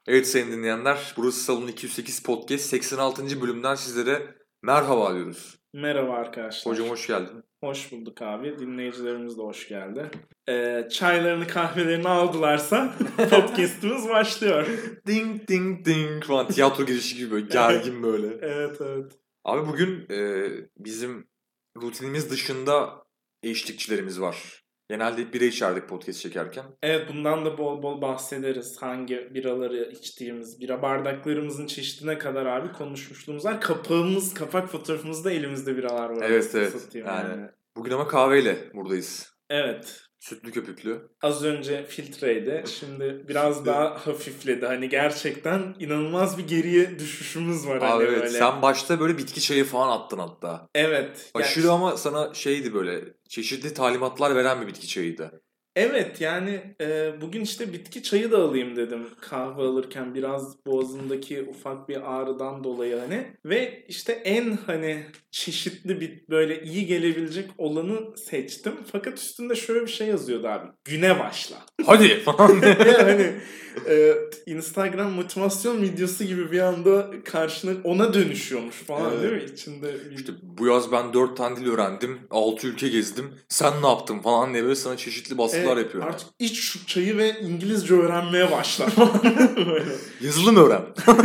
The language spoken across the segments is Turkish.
Evet sayın dinleyenler, burası Salon 208 Podcast 86. bölümden sizlere merhaba diyoruz. Merhaba arkadaşlar. Hocam hoş geldin. Hoş bulduk abi. Dinleyicilerimiz de hoş geldi. Çaylarını kahvelerini aldılarsa podcast'ımız başlıyor. Ding ding ding falan tiyatro girişi gibi böyle gergin böyle. Evet. Abi bugün bizim rutinimiz dışında eşlikçilerimiz var. Genelde hep bira içerdik podcast çekerken. Evet, bundan da bol bol bahsederiz. Hangi biraları içtiğimiz, bira bardaklarımızın çeşidine kadar abi konuşmuşluğumuz var. Kapak fotoğrafımızda elimizde biralar var. Evet. Yani. Bugün ama kahveyle buradayız. Evet. Sütlü köpüklü. Az önce filtreydi. Şimdi biraz daha hafifledi. Hani gerçekten inanılmaz bir geriye düşüşümüz var. Abi hani evet, böyle. sen başta böyle bitki çayı falan attın hatta. Evet. Aşırı ama sana şeydi böyle çeşitli talimatlar veren bir bitki çayıydı. Evet yani bugün işte bitki çayı da alayım dedim kahve alırken, biraz boğazımdaki ufak bir ağrıdan dolayı hani. Ve işte en hani çeşitli bir böyle iyi gelebilecek olanı seçtim. Fakat üstünde şöyle bir şey yazıyordu abi. Güne başla. Hadi falan. Hani Instagram motivasyon videosu gibi bir anda karşına ona dönüşüyormuş falan, Evet. değil mi? İçinde İşte bu yaz ben 4 tane dil öğrendim, 6 ülke gezdim, sen ne yaptın falan diye böyle sana çeşitli baskılar yapıyor. Artık iç şu çayı ve İngilizce öğrenmeye başla. Yazılım öğren.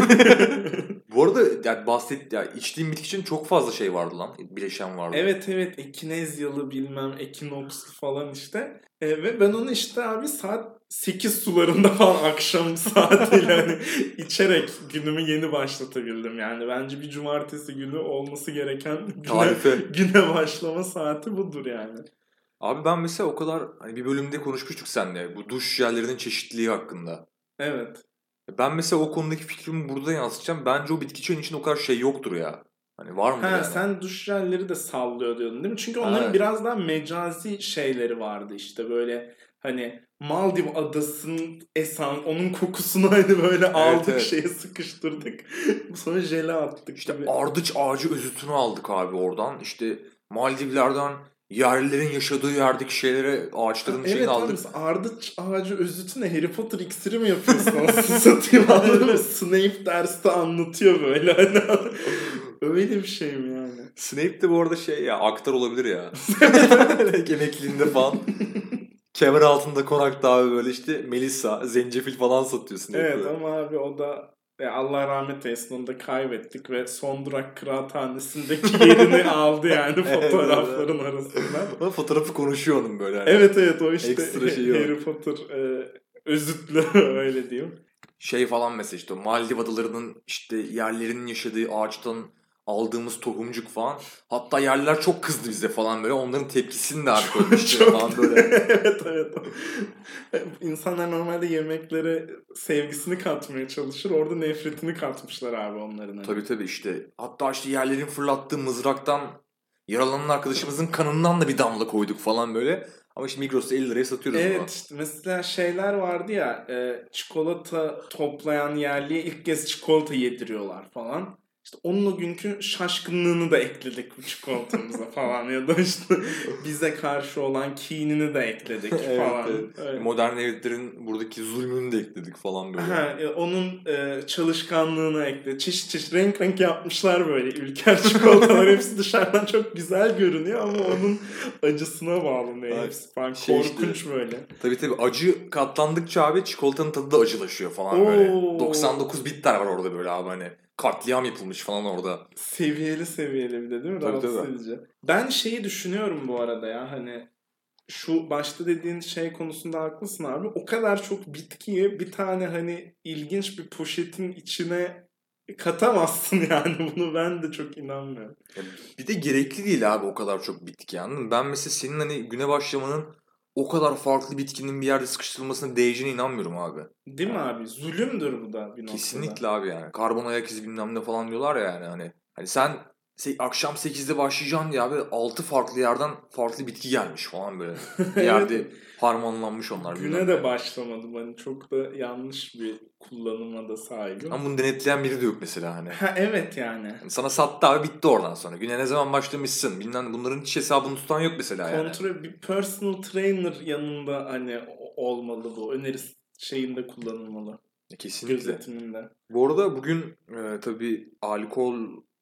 Bu arada yani içtiğim bitki için çok fazla şey vardı lan, bileşen vardı. Evet, ekinezyalı bilmem ekinokslu falan işte. Ve ben onu işte abi saat 8 sularında falan akşam saatiyle hani içerek günümü yeni başlatabildim. Yani bence bir cumartesi günü olması gereken güne başlama saati budur yani. Abi ben mesela o kadar hani bir bölümde konuşmuştuk seninle bu duş jellerinin çeşitliliği hakkında. Evet. Ben mesela o konudaki fikrimi burada yansıtacağım. Bence o bitki çayının içinde o kadar şey yoktur ya. Hani var mıdır yani? Sen duş jelleri de sallıyor diyordun değil mi? Çünkü onların biraz daha mecazi şeyleri vardı işte, böyle hani Maldiv adasının onun kokusunu hani böyle aldık, şeye sıkıştırdık. Sonra jele attık İşte gibi. ardıç ağacı özütünü aldık abi oradan. İşte Maldivler'den yerlilerin yaşadığı yerdeki şeylere ağaçların şeyini aldık. Evet abi, ardıç ağacı özütü ne? Harry Potter iksiri mi yapıyorsun? Nasıl satayım, anladın mı? Snape derste anlatıyor böyle hani. Öyle bir şey mi yani? Snape de bu arada şey ya, aktar olabilir ya. Emekliliğinde falan. Kemer altında konakta abi böyle işte Melissa, zencefil falan satıyor Snape. Evet böyle. Ama abi o da Allah rahmet eylesin, onu da kaybettik ve Son Durak Kıraathanesi'ndeki yerini aldı yani fotoğrafların arasında. O fotoğrafı konuşuyor onun böyle. Hani. Evet o işte ekstra şeyi Harry Potter özütlü öyle diyeyim. Şey falan mesela işte Maldiv adalarının işte yerlerinin yaşadığı ağaçtan aldığımız tohumcuk falan. Hatta yerler çok kızdı bize falan böyle. Onların tepkisini de artık ölmüştü falan böyle. Evet. İnsanlar normalde yemeklere sevgisini katmaya çalışır. Orada nefretini katmışlar abi onların. Tabii işte. Hatta işte yerlerin fırlattığı mızraktan yaralanan arkadaşımızın kanından da bir damla koyduk falan böyle. Ama işte Migros'ta 50 liraya satıyoruz bunu. Evet işte mesela şeyler vardı ya, çikolata toplayan yerliye ilk kez çikolata yediriyorlar falan. İşte onun o günkü şaşkınlığını da ekledik bu çikolatamıza falan, ya da işte bize karşı olan kinini de ekledik falan. Evet. Modern evlerin buradaki zulmünü de ekledik falan böyle. Onun çalışkanlığını ekledik. Çeşit renk yapmışlar böyle ülker çikolatalar. Hepsi dışarıdan çok güzel görünüyor ama onun acısına bağlı hepsi falan. Korkunç işte, böyle. Tabii acı katlandıkça abi çikolatanın tadı da acılaşıyor falan böyle. 99 bitter var orada böyle abi, hani katliam yapılmış falan orada. Seviyeli bir de değil mi? Rahatsız edici. Ben şeyi düşünüyorum bu arada ya, hani şu başta dediğin şey konusunda haklısın abi. O kadar çok bitkiyi bir tane hani ilginç bir poşetin içine katamazsın yani. Bunu ben de çok inanmıyorum. Bir de gerekli değil abi o kadar çok bitki, anladın mı? Ben mesela senin hani güne başlamanın o kadar farklı bitkinin bir yerde sıkıştırılmasına değeceğine inanmıyorum abi. Değil mi abi? Zulümdür bu da bir noktada. Kesinlikle abi yani. Karbon ayak izi bilmem ne falan diyorlar ya yani hani. Hani sen akşam 8'de başlayacaksın diye abi 6 farklı yerden farklı bitki gelmiş falan böyle. Bir yerde harmanlanmış onlar. Güne de başlamadım. Hani çok da yanlış bir kullanıma da sahibim. Ama bunu denetleyen biri de yok mesela hani. Evet yani. Sana sattı abi, bitti oradan sonra. Güne ne zaman başlamışsın bilmem, bunların hiç hesabını tutan yok mesela yani. Bir personal trainer yanında hani olmalı bu. Öneri şeyinde kullanılmalı. Kesinlikle. gözetiminde. Bu arada bugün tabii alkol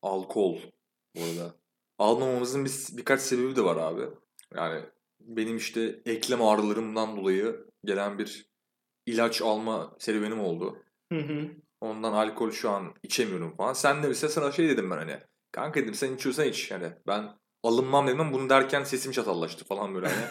bu arada almamamızın birkaç sebebi de var abi. Yani benim işte eklem ağrılarımdan dolayı gelen bir ilaç alma serüvenim oldu. Hı hı. Ondan alkol şu an içemiyorum falan. Sen de mesela sana şey dedim ben hani. Kanka dedim sen içiyorsan iç. Yani ben alınmam dedim bunu derken sesim çatallaştı falan böyle hani.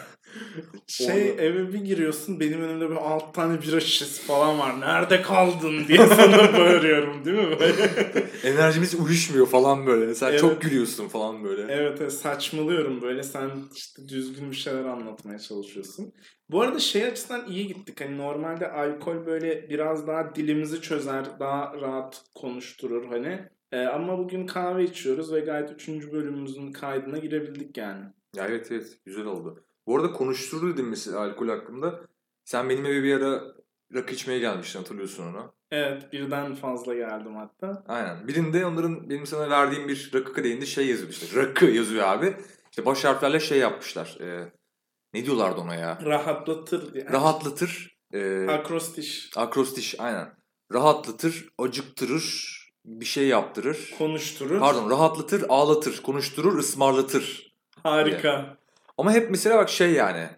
Orada- Eve bir giriyorsun benim önümde böyle 6 tane bira şişesi falan var. Nerede kaldın diye sana bağırıyorum değil mi böyle? Enerjimiz uyuşmuyor falan böyle. Sen Evet. çok gülüyorsun falan böyle. Evet, saçmalıyorum böyle. Sen işte düzgün bir şeyler anlatmaya çalışıyorsun. Bu arada şey açısından iyi gittik. Hani normalde alkol böyle biraz daha dilimizi çözer, daha rahat konuşturur hani. Ama bugün kahve içiyoruz ve gayet 3. bölümümüzün kaydına girebildik yani. Ya evet güzel oldu. Bu arada konuşturdu dedim mesela alkol hakkında. Sen benim eve bir ara rakı içmeye gelmiştin hatırlıyorsun onu. Evet, birden fazla geldim hatta. Aynen. Birinde onların benim sana verdiğim bir rakı kadehinde şey yazıyor işte. Rakı yazıyor abi. İşte baş harflerle şey yapmışlar. Ne diyorlardı ona ya? Rahatlatır yani. Rahatlatır. Akrostiş. Akrostiş aynen. Rahatlatır, acıktırır, bir şey yaptırır. Konuşturur. Pardon rahatlatır, ağlatır, konuşturur, ısmarlatır. Harika. Ama hep mesela bak şey yani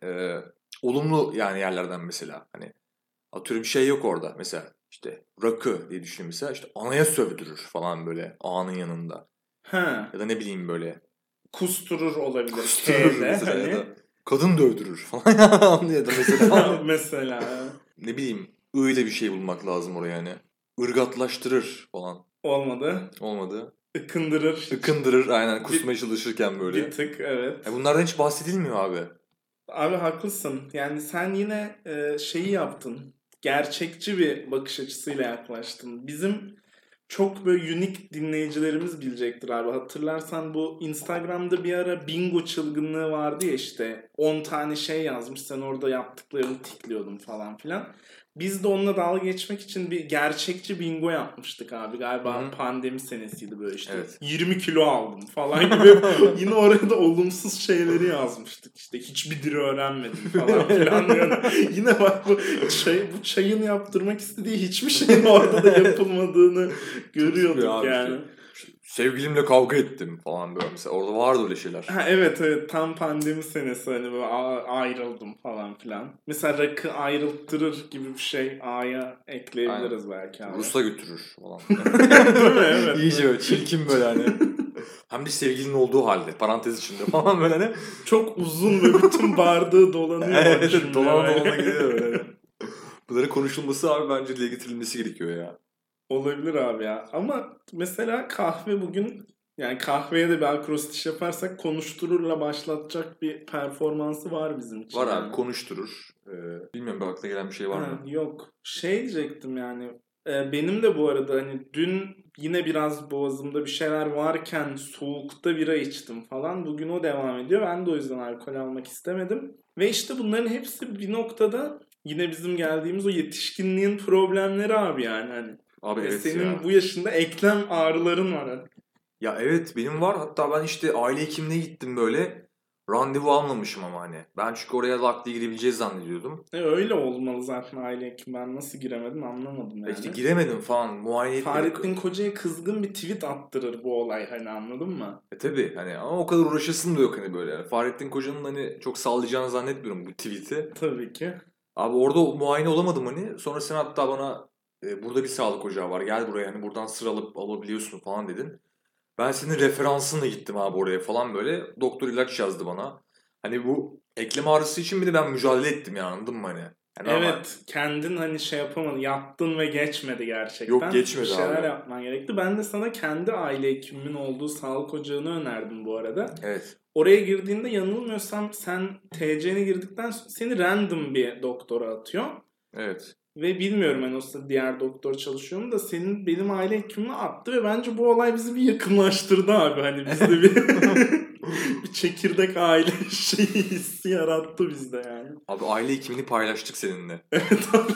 olumlu yani yerlerden mesela hani atıyorum şey yok orada mesela işte rakı diye düşün mesela işte anaya sövdürür falan böyle ağanın yanında Ha. ya da ne bileyim böyle Kusturur olabilir. kusturur K'de mesela ya hani. da kadın dövdürür falan ya da mesela Mesela. ne bileyim öyle bir şey bulmak lazım oraya hani ırgatlaştırır falan Olmadı. olmadı. Ikındırır. Ikındırır aynen kusmaya çalışırken böyle. Bir tık evet. Bunlardan hiç bahsedilmiyor abi. Abi haklısın. Yani sen yine şeyi yaptın. Gerçekçi bir bakış açısıyla yaklaştın. Bizim çok böyle unik dinleyicilerimiz bilecektir abi. Hatırlarsan bu Instagram'da bir ara bingo çılgınlığı vardı ya işte. 10 tane şey yazmış. Sen orada yaptıklarını tikliyordun falan filan. Biz de onunla dalga geçmek için bir gerçekçi bingo yapmıştık abi. Galiba Hı-hı. pandemi senesiydi böyle işte. Evet. 20 kilo aldım falan gibi. Yine oraya da olumsuz şeyleri yazmıştık. İşte hiçbir dil öğrenmedim falan filan. Yani yine bak bu çayın yaptırmak istediği hiçbir şeyin orada da yapılmadığını görüyorduk yani. Sevgilimle kavga ettim falan böyle mesela. Orada vardı öyle şeyler. Ha, evet tam pandemi senesi hani böyle ayrıldım falan filan. Mesela rakı ayrılttırır gibi bir şey A'ya ekleyebiliriz Aynen. belki abi. Rus'a götürür falan. Değil mi? Evet. İyice böyle çirkin böyle hani. Hem de sevgilinin olduğu halde. Parantez içinde falan böyle hani. Çok uzun ve bütün bardağı dolanıyor. Evet cümle dolana böyle. dolana gidiyor böyle. Bunların konuşulması abi bence dile getirilmesi gerekiyor ya. Olabilir abi ya. Ama mesela kahve bugün yani kahveye de bir akrostiş yaparsak konuştururla başlatacak bir performansı var bizim için Var yani. abi konuşturur. Bilmiyorum aklına gelen bir şey var mı? Yok. Şey diyecektim yani. Benim de bu arada hani dün yine biraz boğazımda bir şeyler varken soğukta bira içtim falan. Bugün o devam ediyor. Ben de o yüzden alkol almak istemedim. Ve işte bunların hepsi bir noktada yine bizim geldiğimiz o yetişkinliğin problemleri abi yani hani. Abi Ve evet senin ya. bu yaşında eklem ağrıların var. Hani. Ya evet benim var. Hatta ben işte aile hekimine gittim böyle. Randevu almamışım ama hani. Ben çünkü oraya lak diye girebileceğiz zannediyordum. Öyle olmalı zaten aile hekim. Ben nasıl giremedim anlamadım yani. İşte giremedim falan. Muayene etmedik. Fahrettin Koca'ya kızgın bir tweet attırır bu olay hani anladın mı? Tabii hani ama o kadar uğraşasım da yok hani böyle. Yani Fahrettin Koca'nın hani çok sallayacağını zannetmiyorum bu tweet'i. Tabii ki. Abi orada muayene olamadım hani. Sonra sen hatta bana burada bir sağlık ocağı var. Gel buraya hani buradan sıra alıp alabiliyorsun falan dedin. Ben senin referansınla gittim abi oraya falan böyle. Doktor ilaç yazdı bana. Hani bu eklem ağrısı için bir de ben mücadele ettim yani anladın mı hani? Yani normal. Evet kendin hani şey yapamadın yattın ve geçmedi gerçekten. Yok geçmedi bir şeyler abi. yapman gerekti. Ben de sana kendi aile hekimimin olduğu sağlık ocağını önerdim bu arada. Evet. Oraya girdiğinde yanılmıyorsam sen TC'ni girdikten sonra seni random bir doktora atıyor. Evet. Ve bilmiyorum hani o sırada diğer doktor çalışıyor mu da senin benim aile hekimime attı ve bence bu olay bizi bir yakınlaştırdı abi. Hani bizde bir bir çekirdek aile şeyi hissi yarattı bizde yani. Abi aile hekimini paylaştık seninle. Evet abi.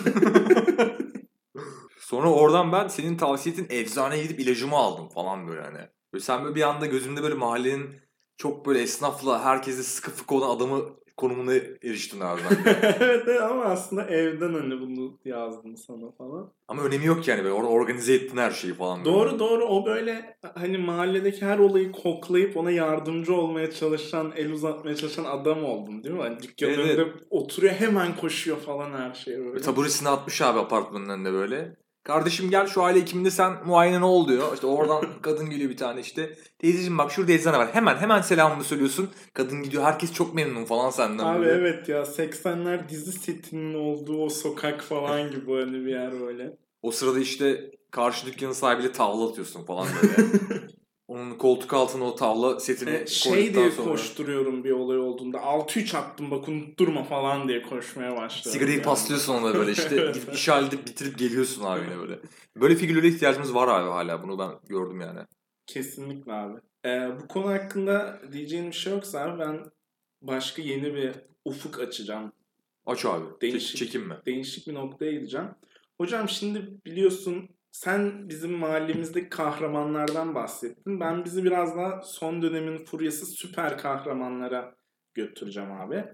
Sonra oradan ben senin tavsiye ettiğin eczaneye gidip ilacımı aldım falan böyle hani. Böyle sen böyle bir anda gözümde böyle mahallenin çok böyle esnafla herkese sıkı fıkı olan adamı konumuna eriştin abi. Evet ama aslında evden hani bunu yazdım sana falan. Ama önemi yok yani, böyle organize ettin her şeyi falan. Böyle. Doğru o böyle hani mahalledeki her olayı koklayıp ona yardımcı olmaya çalışan, el uzatmaya çalışan adam oldum değil mi? Hani dükkanın Evet. önünde oturuyor, hemen koşuyor falan her şeye böyle. Taburesini atmış abi apartmanın önünde böyle. Kardeşim gel şu aile hekiminde sen muayenen ol diyor. İşte oradan kadın geliyor bir tane işte. Teyzeciğim bak şurada eczane var. Hemen selamını söylüyorsun. Kadın gidiyor, herkes çok memnun falan senden Abi böyle. evet ya, 80'ler dizi setinin olduğu o sokak falan gibi hani bir yer böyle. O sırada işte karşı dükkanın sahibiyle tavla atıyorsun falan böyle. Onun koltuk altına o tavla setini Şey koyduktan diye sonra. koşturuyorum bir olay olduğunda. 6-3 attım bak unutturma falan diye koşmaya başlıyorum. Sigarayı yani. paslıyorsun ona böyle işte. Gidip iş halinde bitirip geliyorsun abi yine böyle. Böyle figürlere ihtiyacımız var abi hala. Bunu ben gördüm yani. Kesinlikle abi. Bu konu hakkında diyeceğin bir şey yoksa abi ben başka yeni bir ufuk açacağım. Aç abi. Değişik, Çekinme. değişik bir noktaya gideceğim. Hocam şimdi biliyorsun sen bizim mahallemizdeki kahramanlardan bahsettin. Ben bizi biraz daha son dönemin furyası süper kahramanlara götüreceğim abi.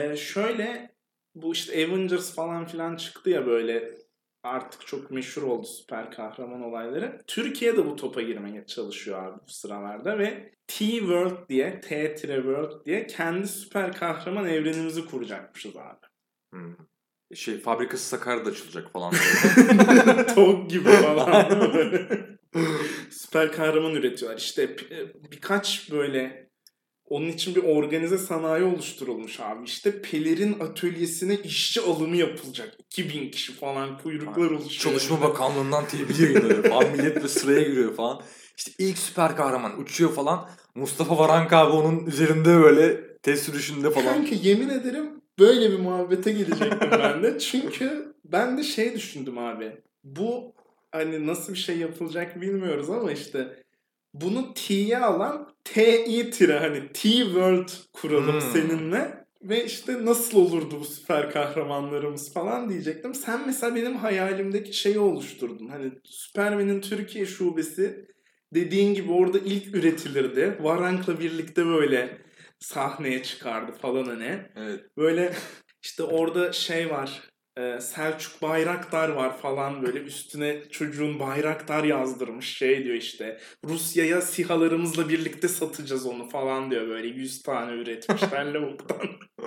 Şöyle bu işte Avengers falan filan çıktı ya, böyle artık çok meşhur oldu süper kahraman olayları. Türkiye de bu topa girmeye çalışıyor abi bu sıralarda ve T-World diye, T-World diye kendi süper kahraman evrenimizi kuracakmışız abi. Hmm. Fabrikası Sakarya'da açılacak falan böyle. Tok gibi falan değil mi böyle? Süper kahraman üretiyorlar. İşte birkaç böyle onun için bir organize sanayi oluşturulmuş abi. İşte pelerin atölyesine işçi alımı yapılacak. 2000 kişi falan, kuyruklar oluşuyor. Çalışma Bakanlığı'ndan tebliğ yayınlanıyor falan. Millet de sıraya giriyor falan. İşte ilk süper kahraman uçuyor falan. Mustafa Varank abi onun üzerinde böyle test sürüşünde falan. Kanka yemin ederim böyle bir muhabbete gelecektim ben de. Çünkü ben de şey düşündüm abi. Bu hani nasıl bir şey yapılacak bilmiyoruz ama işte bunu T'ye alan TI tire hani T-World kuralım seninle ve işte nasıl olurdu bu süper kahramanlarımız falan diyecektim. Sen mesela benim hayalimdeki şeyi oluşturdun. Hani Superman'in Türkiye şubesi dediğin gibi orada ilk üretilirdi. Varank'la birlikte böyle sahneye çıkardı falan hani. Evet. Böyle işte orada şey var. Selçuk Bayraktar var falan, böyle üstüne çocuğun Bayraktar yazdırmış, şey diyor işte Rusya'ya SİHA'larımızla birlikte satacağız onu falan diyor, böyle 100 tane üretmişler lavuktan.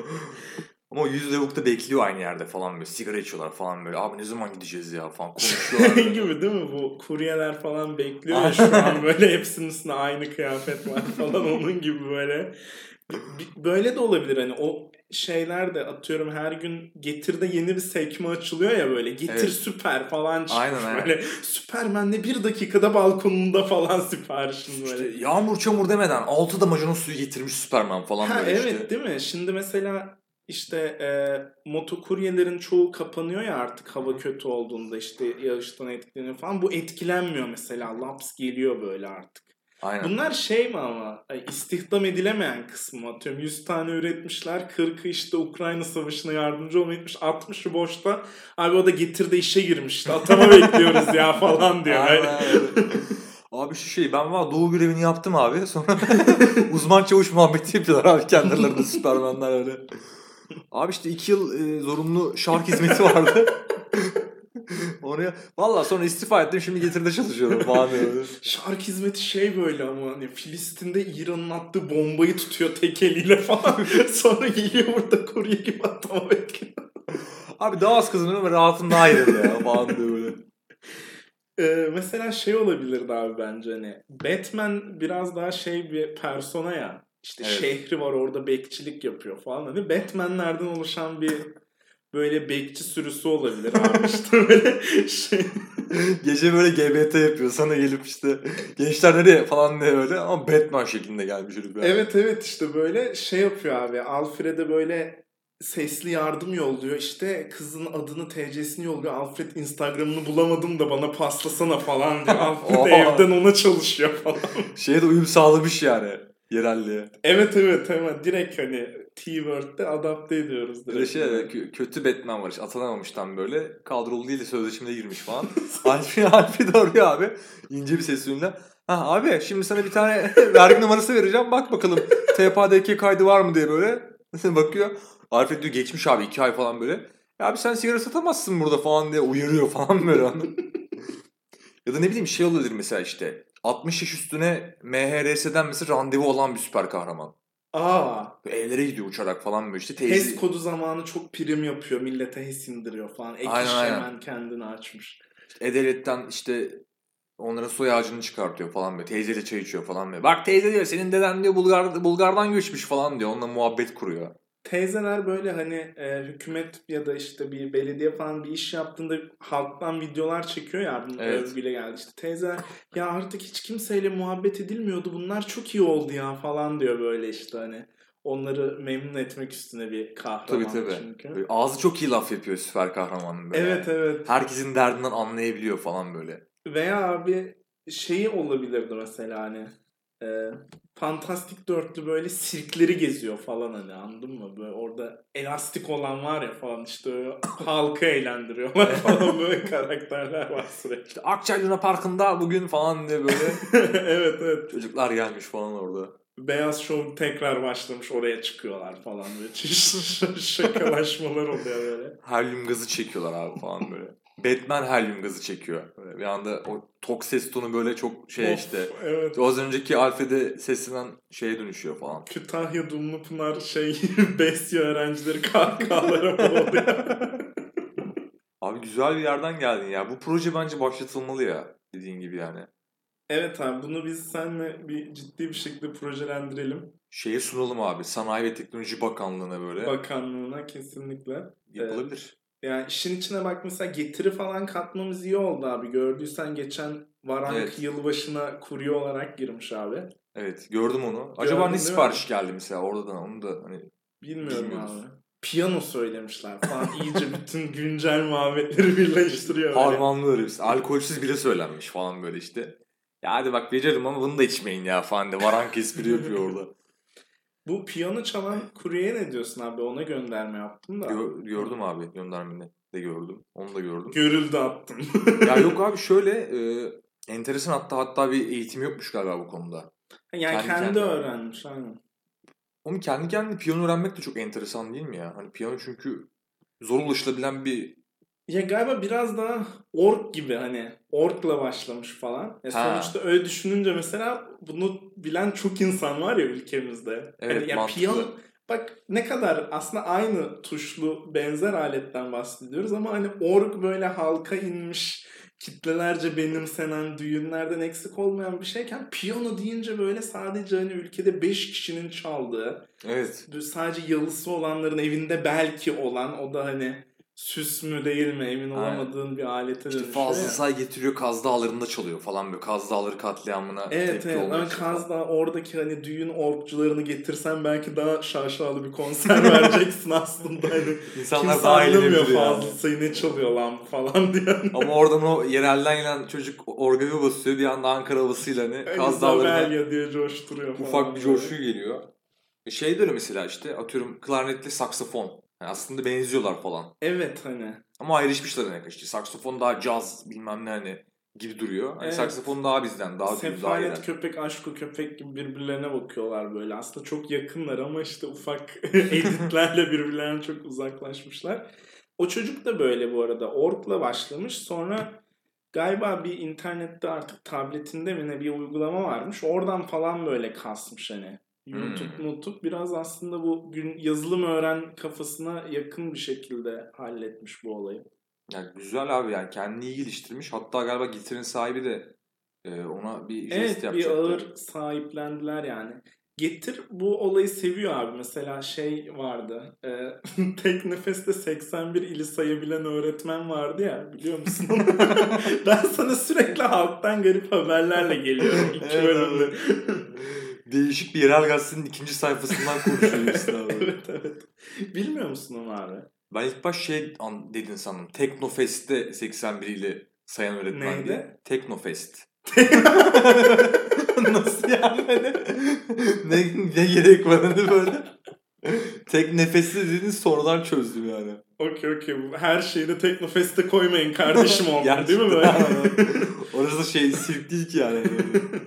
Ama o 100 lavuk bekliyor aynı yerde falan böyle. Sigara içiyorlar falan böyle. Abi ne zaman gideceğiz ya falan konuşuyorlar. Şey gibi değil mi, bu kuryeler falan bekliyor ya şu an böyle hepsinin üstünde aynı kıyafet var falan, onun gibi böyle. Böyle de olabilir hani, o şeyler de atıyorum her gün Getir'de yeni bir sekme açılıyor ya böyle. Getir Evet. süper falan çıkmış Aynen. böyle. Süpermen'le 1 dakikada balkonunda falan siparişin böyle. İşte yağmur çamur demeden 6 damacana suyu getirmiş Süperman falan Ha böyle evet işte. değil mi? Şimdi mesela işte motokuryelerin çoğu kapanıyor ya artık hava kötü olduğunda, işte yağıştan etkileniyor falan. Bu etkilenmiyor mesela. Laps geliyor böyle artık. Aynen. Bunlar şey mi ama istihdam edilemeyen kısmı, atıyorum 100 tane üretmişler, 40'ı işte Ukrayna Savaşı'na yardımcı olmaya gitmiş, 60'ı boşta. Abi o da Getir'de işe girmiş işte, atama bekliyoruz ya falan diyor. Aynen. Abi şu şey, ben var doğu görevini yaptım abi. Sonra uzman çavuş muhabbeti yapıyorlar abi kendilerinde Süpermenler öyle. Abi işte 2 yıl zorunlu şark hizmeti vardı. Oraya valla sonra istifa ettim, şimdi Getir'de çalışıyorum falan böyle. Şark hizmeti şey böyle ama hani Filistin'de İran'ın attığı bombayı tutuyor tek eliyle falan. Sonra geliyor burada kurye gibi atama bekliyor. Abi daha az kazanıyorum ve rahatım daha iyi ya falan diyor böyle. Mesela şey olabilirdi abi bence hani Batman biraz daha şey bir persona ya. İşte Evet. şehri var orada bekçilik yapıyor falan. Hani Batman'lerden oluşan bir böyle bekçi sürüsü olabilir abi işte böyle şey. Gece böyle GBT yapıyor sana gelip işte gençler nereye falan diye böyle, ama Batman şeklinde gelmiş herif yani. Evet işte böyle şey yapıyor abi. Alfred'e böyle sesli yardım yolluyor. İşte kızın adını, TC'sini yolluyor. Alfred Instagram'ını bulamadım da bana paslasana falan diyor. Alfred Oha. evden ona çalışıyor falan. Şeye de uyum sağlamış yani yerelliğe. Evet hemen direkt hani T-Word'de adapte ediyoruz Bir de direkt. kötü Batman var işte, atanamamış tam böyle. Kadrolu değil de sözleşmede girmiş falan. Alfred arıyor abi. İnce bir ses tonuyla. Ha abi şimdi sana bir tane vergi numarası vereceğim. Bak bakalım TPDK kaydı var mı diye böyle. Bakıyor. Alfred diyor geçmiş abi 2 ay falan böyle. Ya abi sen sigara satamazsın burada falan diye uyarıyor falan böyle. Ya da ne bileyim şey olabilir mesela işte. 60 yaş üstüne MHRS'den mesela randevu olan bir süper kahraman. Aa, Evlere gidiyor uçarak falan böyle işte HES teyze. kodu zamanı çok prim yapıyor. Millete HES indiriyor falan. Ek Aynen iş aynen. hemen kendini açmış. İşte Edelet'ten işte onların soy ağacını çıkartıyor falan böyle. Teyzeyle çay içiyor falan böyle. Bak teyze diyor senin deden diyor Bulgar'dan göçmüş falan diyor. Onunla muhabbet kuruyor. Teyzeler böyle hani hükümet ya da işte bir belediye falan bir iş yaptığında halktan videolar çekiyor ya, bunun Evet. övgüyle geldi. İşte teyzeler ya artık hiç kimseyle muhabbet edilmiyordu, bunlar çok iyi oldu ya falan diyor böyle işte hani. Onları memnun etmek üstüne bir Tabii kahraman tabii. çünkü. Böyle ağzı çok iyi laf yapıyor süper kahramanın böyle Evet, yani. evet. Herkesin derdinden anlayabiliyor falan böyle. Veya abi şeyi olabilirdi mesela hani e, Fantastik Dörtlü böyle sirkleri geziyor falan hani, anladın mı? Böyle orada elastik olan var ya falan, işte öyle halkı eğlendiriyorlar falan, böyle karakterler var sürekli. İşte Akçay Luna Parkı'nda bugün falan diye böyle Evet, evet. çocuklar gelmiş falan orada. Beyaz Show tekrar başlamış, oraya çıkıyorlar falan böyle. Şakalaşmalar oluyor böyle. Helyum gazı çekiyorlar abi falan böyle. Batman helyum gazı çekiyor. Böyle bir anda o tok ses tonu böyle çok şey Of, işte. evet. İşte az önceki Alfred'e seslenen şeye dönüşüyor falan. Kütahya Dumlupınar şey besyo öğrencileri kahkahalara boğuluyor. Abi güzel bir yerden geldin ya. Bu proje bence başlatılmalı ya. Dediğin gibi yani. Evet abi, bunu biz seninle bir ciddi bir şekilde projelendirelim. Şeye sunalım abi. Sanayi ve Teknoloji Bakanlığı'na böyle. Bakanlığına kesinlikle. Yapılabilir. Yani işin içine bak, mesela getiri falan katmamız iyi oldu abi. Gördüysen geçen Varank Evet. yılbaşına kurye olarak girmiş abi. Evet. Gördüm onu. Acaba ne Gördün değil mi? sipariş geldi mesela oradan onu da hani Bilmiyorum abi. bilmiyoruz. Piyano söylemişler falan. İyice bütün güncel muhabbetleri birleştiriyor böyle. Harmanlı hepsi. Alkolsüz bile söylenmiş falan böyle işte. Ya hadi bak veririm ama bunu da içmeyin ya falan de. Varank espri yapıyor orada. Bu piyano çalan kuryeye ne diyorsun abi? Ona gönderme yaptım da. Gördüm abi göndermeni de gördüm. Onu da gördüm. Görüldü attım. Ya yok abi şöyle enteresan hatta bir eğitim yokmuş galiba bu konuda. Yani Kendi kendi kendine. öğrenmiş aynen. Oğlum kendi kendine piyano öğrenmek de çok enteresan değil mi ya? Hani piyano çünkü zor ulaşılabilen bir... Ya galiba biraz daha org gibi, hani orgla başlamış falan. Sonuçta Ha, öyle düşününce mesela bunu bilen çok insan var ya ülkemizde. Hani evet ya piyano, mantıklı. bak ne kadar aslında aynı tuşlu benzer aletten bahsediyoruz ama hani org böyle halka inmiş, kitlelerce benimsenen, düğünlerden eksik olmayan bir şeyken, piyano deyince böyle sadece hani ülkede 5 kişinin çaldığı, Evet. sadece yalısı olanların evinde belki olan, o da hani süs mü değil mi emin Aynen. olamadığın bir alete İşte dönüşüyor Fazıl ya. Say getiriyor Kaz Dağları'nda çalıyor falan böyle. Kaz Dağları katliamına Evet, tepki evet, olmak ama için falan. Kaz da oradaki hani düğün orgcularını getirsen belki daha şaşalı bir konser vereceksin aslında, hani İnsanlar kimse daha anlamıyor eğlenebilir Fazıl yani. Say ne çalıyor lan bu falan diye. Ama oradan o yerelden gelen çocuk organa basıyor. Bir anda Ankara havasıyla hani Hani Kaz Dağları'na Zavelya diye coşturuyor ufak bir falan böyle. coşku geliyor. Şey de öyle mesela işte atıyorum klarnetle saksafon. Yani aslında benziyorlar falan. Evet hani. Ama ayrışmışlar hani işte. Saksafon daha caz bilmem ne hani gibi duruyor. Hani Evet. saksafon daha bizden daha düz daha Sefalet yerel. köpek, aşko köpek gibi birbirlerine bakıyorlar böyle. Aslında çok yakınlar ama işte ufak editlerle birbirlerine çok uzaklaşmışlar. O çocuk da böyle bu arada. Ork'la başlamış. Sonra galiba bir internette artık tabletinde mi ne bir uygulama varmış. Oradan falan böyle kasmış hani. Hmm. YouTube biraz aslında bu gün yazılım öğren kafasına yakın bir şekilde halletmiş bu olayı. Yani güzel abi yani kendini iyi geliştirmiş. Hatta galiba Getir'in sahibi de ona bir jest Evet, bir yapacaktı. ağır sahiplendiler yani. Getir bu olayı seviyor abi. Mesela şey vardı. Tek nefeste 81 ili sayabilen öğretmen vardı ya. Biliyor musun onu? Ben sana sürekli halktan garip haberlerle geliyorum. 2 Evet bölümde. abi. Değişik bir yerel gazetenin ikinci sayfasından konuşuyor Hüsnü abi. Evet, evet. Bilmiyor musun onu abi? Ben ilk baş şey dedin sandım. Teknofest'te 81 ile sayan öğretmen diye. Neydi? Teknofest. Nasıl yani? Hani ne gerek var hani böyle? Tek nefesli dediğiniz sonradan çözdüm yani. Okey, okey. Her şeyi de Teknofest'e koymayın kardeşim oldum değil mi Gerçekten böyle? aynen. Orası şey sirk değil ki yani. Hani böyle.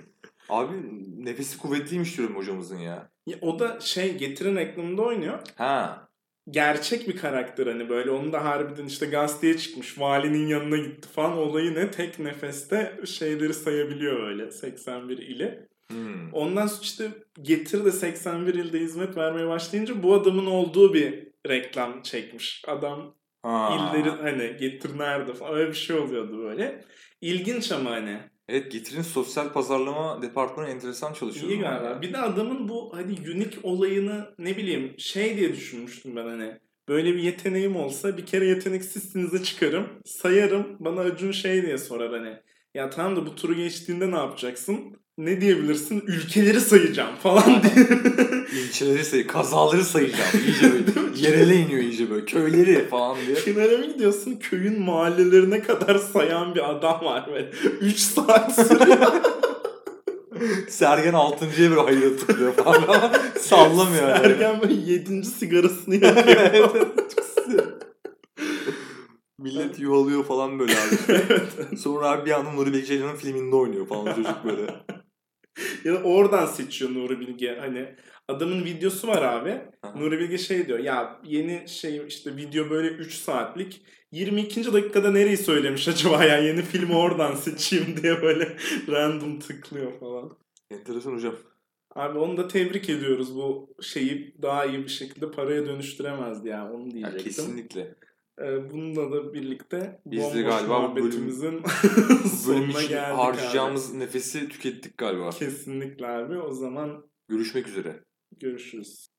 Abi nefesi kuvvetliymiş diyorum hocamızın ya. Ya, o da Getir'in reklamında oynuyor. Ha. Gerçek bir karakter hani böyle. Onun da harbiden işte gazeteye çıkmış. Valinin yanına gitti falan. Olayı ne? Tek nefeste şeyleri sayabiliyor öyle. 81 ili. Hmm. Ondan sonra işte Getir de 81 ilde hizmet vermeye başlayınca bu adamın olduğu bir reklam çekmiş. Adam illeri Ha. hani Getir nerede falan öyle bir şey oluyordu böyle. İlginç ama hani. Evet, Getir'in sosyal pazarlama departmanı enteresan çalışıyor. İyi galiba. Bir de adamın bu hani unique olayını ne bileyim diye düşünmüştüm ben hani. Böyle bir yeteneğim olsa bir kere yeteneksizsinize çıkarım. Sayarım. Bana Acun diye sorar hani. Ya tamam da bu turu geçtiğinde ne yapacaksın? Ne diyebilirsin? Ülkeleri sayacağım falan diye. İlçeleri kazaları sayacağım. İyice böyle yerele iniyor iyice böyle. Köyleri falan diye. Finale mi gidiyorsun? Köyün mahallelerine kadar sayan bir adam var böyle. 3 saat sürüyor. Sergen 6.'ya böyle hayır tıklıyor falan ama sallamıyor yani. Sergen böyle 7. sigarasını yakıyor. Evet, çok sinir. Millet yuvalıyor falan böyle abi. Evet. Sonra abi bir anda Nuri Bilge Ceylan'ın filminde oynuyor falan çocuk böyle. Ya da oradan seçiyor Nuri Bilge. Hani adamın videosu var abi. Aha. Nuri Bilge diyor. Ya yeni işte video böyle 3 saatlik. 22. dakikada nereyi söylemiş acaba ya? Yeni filmi oradan seçeyim diye böyle random tıklıyor falan. Enteresan hocam. Abi onu da tebrik ediyoruz. Bu daha iyi bir şekilde paraya dönüştüremezdi yani. Onu Ya diyecektim. kesinlikle. Bununla da birlikte Biz de bomboş galiba bu bölüm muhabbetimizin bölüm sonuna için geldik harcayacağımız nefesi tükettik galiba. abi. Kesinlikle abi. O zaman Görüşmek üzere. görüşürüz.